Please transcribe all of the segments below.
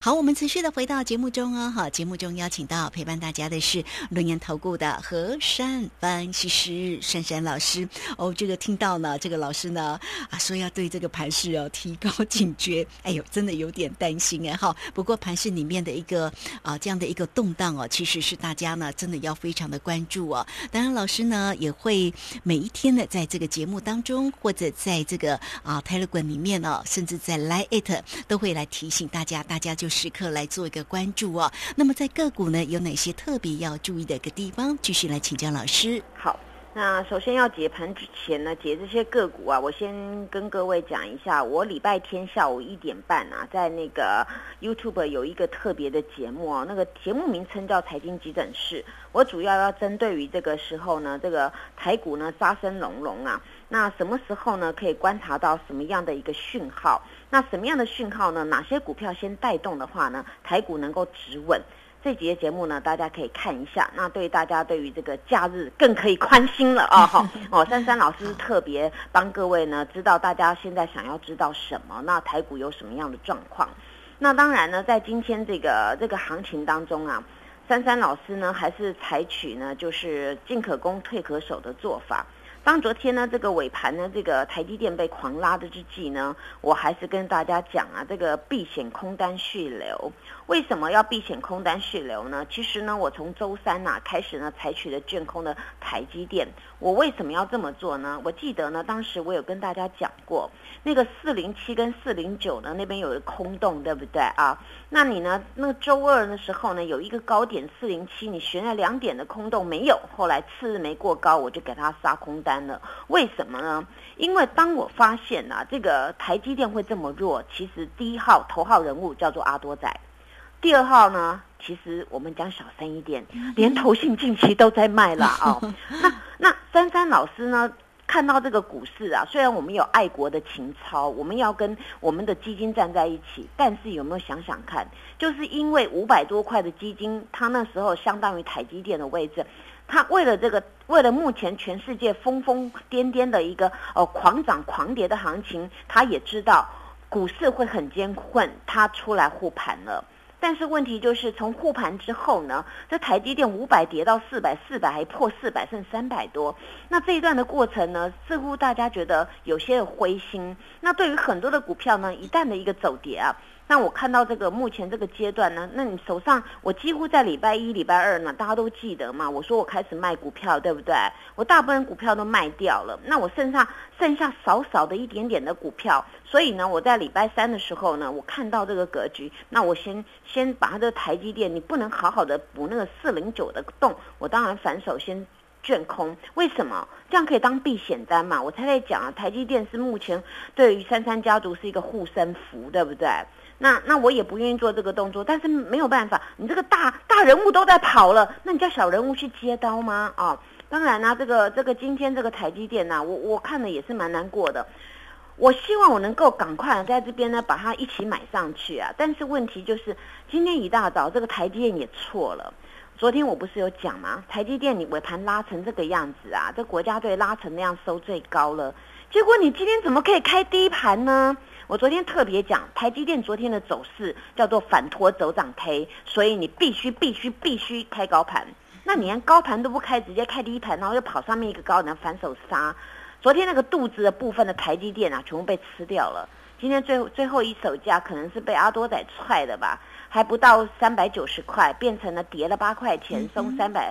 好，我们持续的回到节目中哦。好，节目中邀请到陪伴大家的是轮研投顾的和珊分析师珊珊老师哦。这个听到呢，这个老师呢说要对这个盘势提高警觉，哎呦，真的有点担心哎哈。不过盘势里面的一个这样的一个动荡其实是大家呢真的要非常的关注哦。当然，老师呢也会每一天的在这个节目当中，或者在这个Telegram 里面甚至在 Line 都会来提醒大家，大家就时刻来做一个关注哦。那么在个股呢，有哪些特别要注意的一个地方？继续来请教老师。 好，那首先要解盘之前呢，解这些个股我先跟各位讲一下，我礼拜天下午1点半在那个 YouTube 有一个特别的节目那个节目名称叫财经急诊室。我主要针对于这个时候呢，这个台股呢杀声隆隆那什么时候呢可以观察到什么样的一个讯号？那什么样的讯号呢？哪些股票先带动的话呢，台股能够止稳？这几节节目呢，大家可以看一下。那对大家对于这个假日更可以宽心了珊珊老师特别帮各位呢知道大家现在想要知道什么，那台股有什么样的状况？那当然呢，在今天这个行情当中珊珊老师呢还是采取呢就是进可攻退可守的做法。当昨天呢这个尾盘呢这个台积电被狂拉的之际呢，我还是跟大家讲这个避险空单续流。为什么要避险空单续流呢？其实呢我从周三开始呢采取了券空的台积电。我为什么要这么做呢？我记得呢当时我有跟大家讲过，那个407跟409呢那边有一个空洞，对不对那你呢那个周二的时候呢有一个高点407，你悬了2点的空洞没有，后来次日没过高，我就给它杀空单了。为什么呢？因为当我发现这个台积电会这么弱，其实第一号头号人物叫做阿多仔，第二号呢其实我们讲小声一点，连投信近期都在卖了那珊珊老师呢看到这个股市虽然我们有爱国的情操，我们要跟我们的基金站在一起，但是有没有想想看，就是因为500多块的基金，它那时候相当于台积电的位置，他为了目前全世界疯疯癫癫的一个狂涨狂跌的行情，他也知道股市会很艰困，他出来护盘了。但是问题就是从护盘之后呢，这台积电500跌到400还破400，剩300多。那这一段的过程呢，似乎大家觉得有些灰心。那对于很多的股票呢，一旦的一个走跌那我看到这个目前这个阶段呢，那你手上我几乎在礼拜一礼拜二呢，大家都记得嘛，我说我开始卖股票，对不对？我大部分股票都卖掉了，那我剩下少少的一点点的股票，所以呢我在礼拜三的时候呢，我看到这个格局，那我先把它的台积电，你不能好好的补那个409的洞，我当然反手先券空。为什么？这样可以当避险单嘛。我才在讲台积电是目前对于珊珊家族是一个护身符，对不对？那我也不愿意做这个动作，但是没有办法，你这个大人物都在跑了，那你叫小人物去接刀吗？当然这个今天这个台积电我看了也是蛮难过的。我希望我能够赶快在这边呢把它一起买上去但是问题就是今天一大早这个台积电也错了。昨天我不是有讲吗？台积电你尾盘拉成这个样子这国家队拉成那样收最高了，结果你今天怎么可以开低盘呢？我昨天特别讲，台积电昨天的走势叫做反拖走涨 K， 所以你必须开高盘。那你连高盘都不开，直接开低盘，然后又跑上面一个高，然后反手杀。昨天那个肚子的部分的台积电全部被吃掉了。今天最后一手价可能是被阿多仔踹的吧，还不到390块，变成了跌了8块钱，收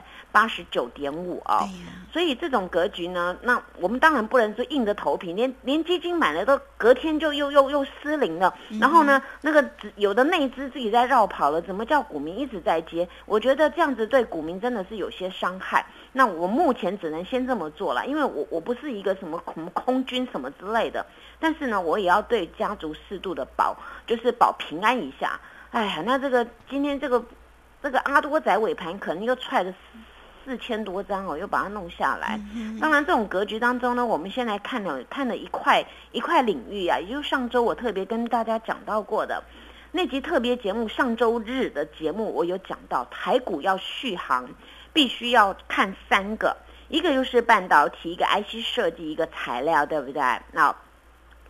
389.5所以这种格局呢，那我们当然不能说硬着头皮，连基金买了都隔天就又失灵了。然后呢，那个有的内资自己在绕跑了，怎么叫股民一直在接？我觉得这样子对股民真的是有些伤害。那我目前只能先这么做了，因为我不是一个什么空军什么之类的，但是呢，我也要对家族适度的就是保平安一下。哎呀，那今天这个阿多仔尾盘可能又踹了4000多张又把它弄下来。当然这种格局当中呢，我们先来看了一块领域也就是上周我特别跟大家讲到过的那集特别节目，上周日的节目我有讲到，台股要续航必须要看3个，一个就是半导体，一个 IC 设计，一个材料，对不对？那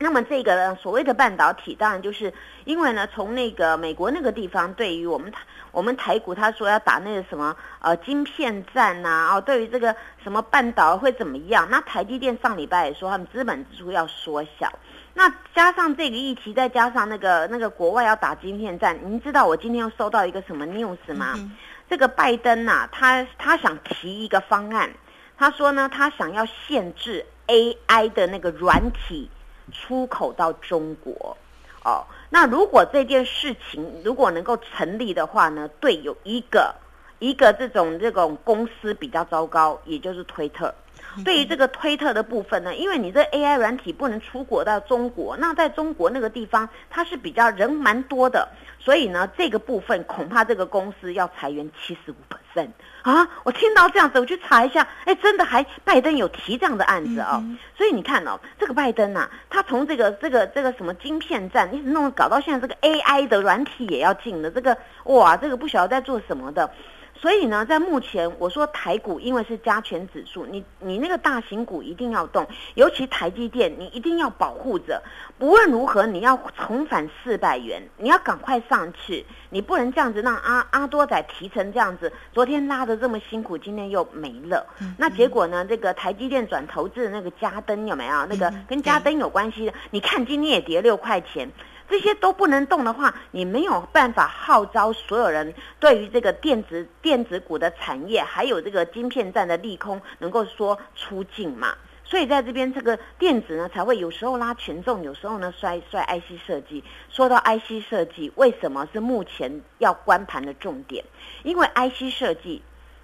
那么这个呢，所谓的半导体，当然就是因为呢，从那个美国那个地方，对于我们台股，他说要打那个什么晶片战呐，对于这个什么半导会怎么样？那台积电上礼拜也说他们资本支出要缩小，那加上这个议题，再加上那个国外要打晶片战，您知道我今天又收到一个什么 news 吗？这个拜登啊，他想提一个方案，他说呢，他想要限制 AI 的那个软体出口到中国。那如果这件事情如果能够成立的话呢，对，有一个这种公司比较糟糕，也就是推特。对于这个推特的部分呢，因为你这 AI 软体不能出国到中国，那在中国那个地方它是比较人蛮多的，所以呢这个部分恐怕这个公司要裁员75%啊！我听到这样子，我去查一下，真的还拜登有提这样的案子所以你看这个拜登啊，他从这个什么晶片战一直搞到现在，这个 AI 的软体也要进了，这个不晓得在做什么的。所以呢，在目前我说台股因为是加权指数，你那个大型股一定要动，尤其台积电你一定要保护着，不论如何你要重返400元，你要赶快上去，你不能这样子让阿多仔提成这样子，昨天拉得这么辛苦，今天又没了。那结果呢，这个台积电转投资的那个嘉登有没有？那个跟嘉登有关系的，你看今天也跌6块钱。这些都不能动的话，你没有办法号召所有人对于这个电子股的产业，还有这个晶片战的利空能够说出尽嘛。所以在这边这个电子呢才会有时候拉权重，有时候呢摔 IC 设计。说到 IC 设计，为什么是目前要关盘的重点？因为 IC 设计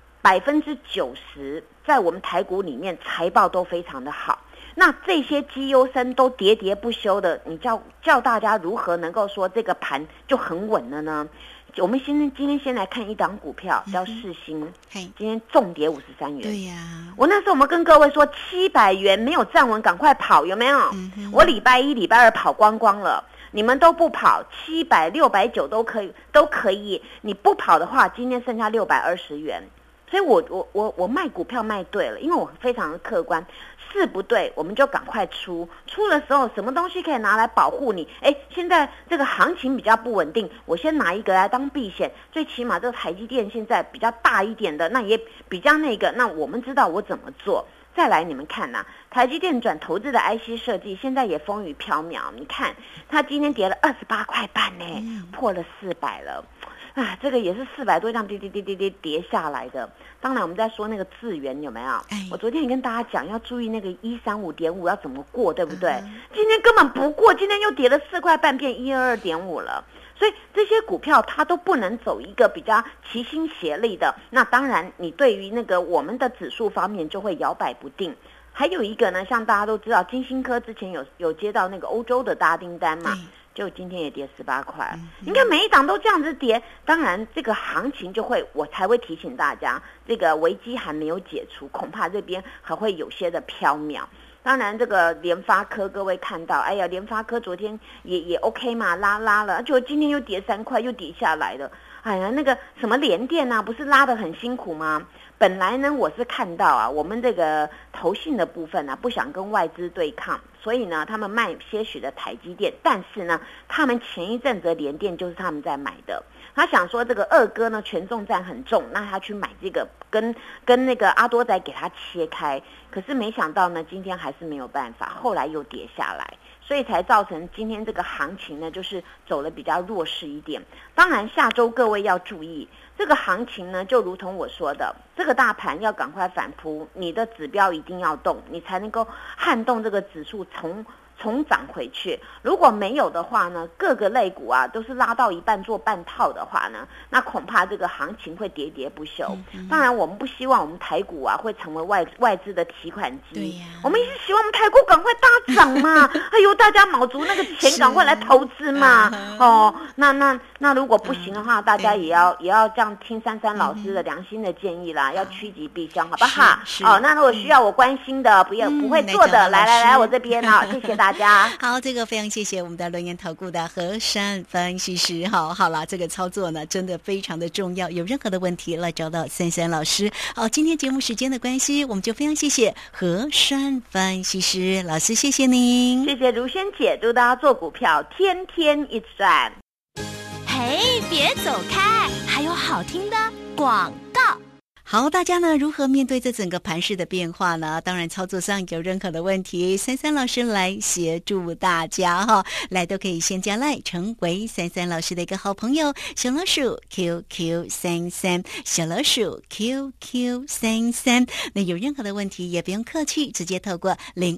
90%在我们台股里面财报都非常的好。那这些绩优生都喋喋不休的，你叫大家如何能够说这个盘就很稳了呢？我们今天先来看一档股票，叫世芯，今天重跌53元。 对呀， 我那时候我们跟各位说700元没有站稳，赶快跑，有没有？我礼拜一、礼拜二跑光光了，你们都不跑，700、690都可以。你不跑的话，今天剩下620元。所以我卖股票卖对了，因为我非常的客观。事不对，我们就赶快出的时候，什么东西可以拿来保护你？现在这个行情比较不稳定，我先拿一个来当避险，最起码这个台积电现在比较大一点的，那也比较那我们知道我怎么做。再来你们看台积电转投资的 IC 设计现在也风雨飘渺，你看它今天跌了28块半呢，破了400了。这个也是400多这样跌下来的。当然我们在说那个智原有没有？我昨天也跟大家讲要注意那个135.5要怎么过，对不对？今天根本不过，今天又跌了4块半，变122.5了。所以这些股票它都不能走一个比较齐心协力的。那当然你对于那个我们的指数方面就会摇摆不定。还有一个呢，像大家都知道金星科之前有接到那个欧洲的大订单嘛，就今天也跌18块。你看每一档都这样子跌，当然这个行情我才会提醒大家，这个危机还没有解除，恐怕这边还会有些的飘渺。当然这个联发科各位看到，联发科昨天也 OK 嘛，拉了，就今天又跌3块，又跌下来了。那个什么联电啊，不是拉得很辛苦吗？本来呢我是看到我们这个投信的部分不想跟外资对抗，所以呢他们卖些许的台积电，但是呢他们前一阵子的联电就是他们在买的。他想说这个二哥呢权重占很重，那他去买这个跟那个阿多仔给他切开，可是没想到呢今天还是没有办法，后来又跌下来，所以才造成今天这个行情呢就是走了比较弱势一点。当然下周各位要注意，这个行情呢就如同我说的，这个大盘要赶快反扑，你的指标一定要动，你才能够撼动这个指数重涨回去。如果没有的话呢，各个类股都是拉到一半做半套的话呢，那恐怕这个行情会喋喋不休。当然我们不希望我们台股会成为外资的提款机，我们也是希望我们台股赶快大涨嘛大家卯足那个钱赶快来投资嘛那如果不行的话，大家也要这样听珊珊老师的良心的建议啦，要趋吉避凶，好不好？那如果需要我关心的不会做的，来我这边谢谢大家。 大家。 好，这个非常谢谢我们的轮研投顾的和善分析师。好了，这个操作呢真的非常的重要，有任何的问题来找到珊珊老师。好，今天节目时间的关系，我们就非常谢谢和善分析师老师，谢谢您， 谢谢如萱姐，祝大家做股票天天一赚。 嘿，别走开，还有好听的广告。 好，大家呢如何面对这整个盘势的变化呢？当然操作上有任何的问题，珊珊老师来协助大家哈，来都可以先加赖成为珊珊老师的一个好朋友，小老鼠 QQ33，小老鼠 QQ33。那有任何的问题也不用客气，直接透过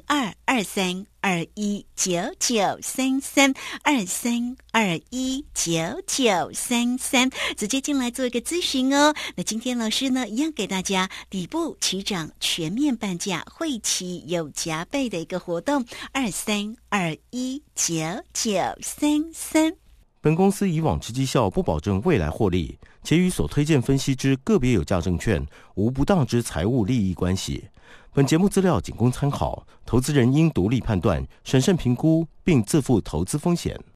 022321993323219933直接进来做一个咨询哦。那今天老师呢一样给大家底部起涨全面半价会期有加倍的一个活动，2321999933。 本公司以往之绩效不保证未来获利，且与所推荐分析之个别有价证券无不当之财务利益关系。本节目资料仅供参考，投资人应独立判断、审慎评估，并自负投资风险。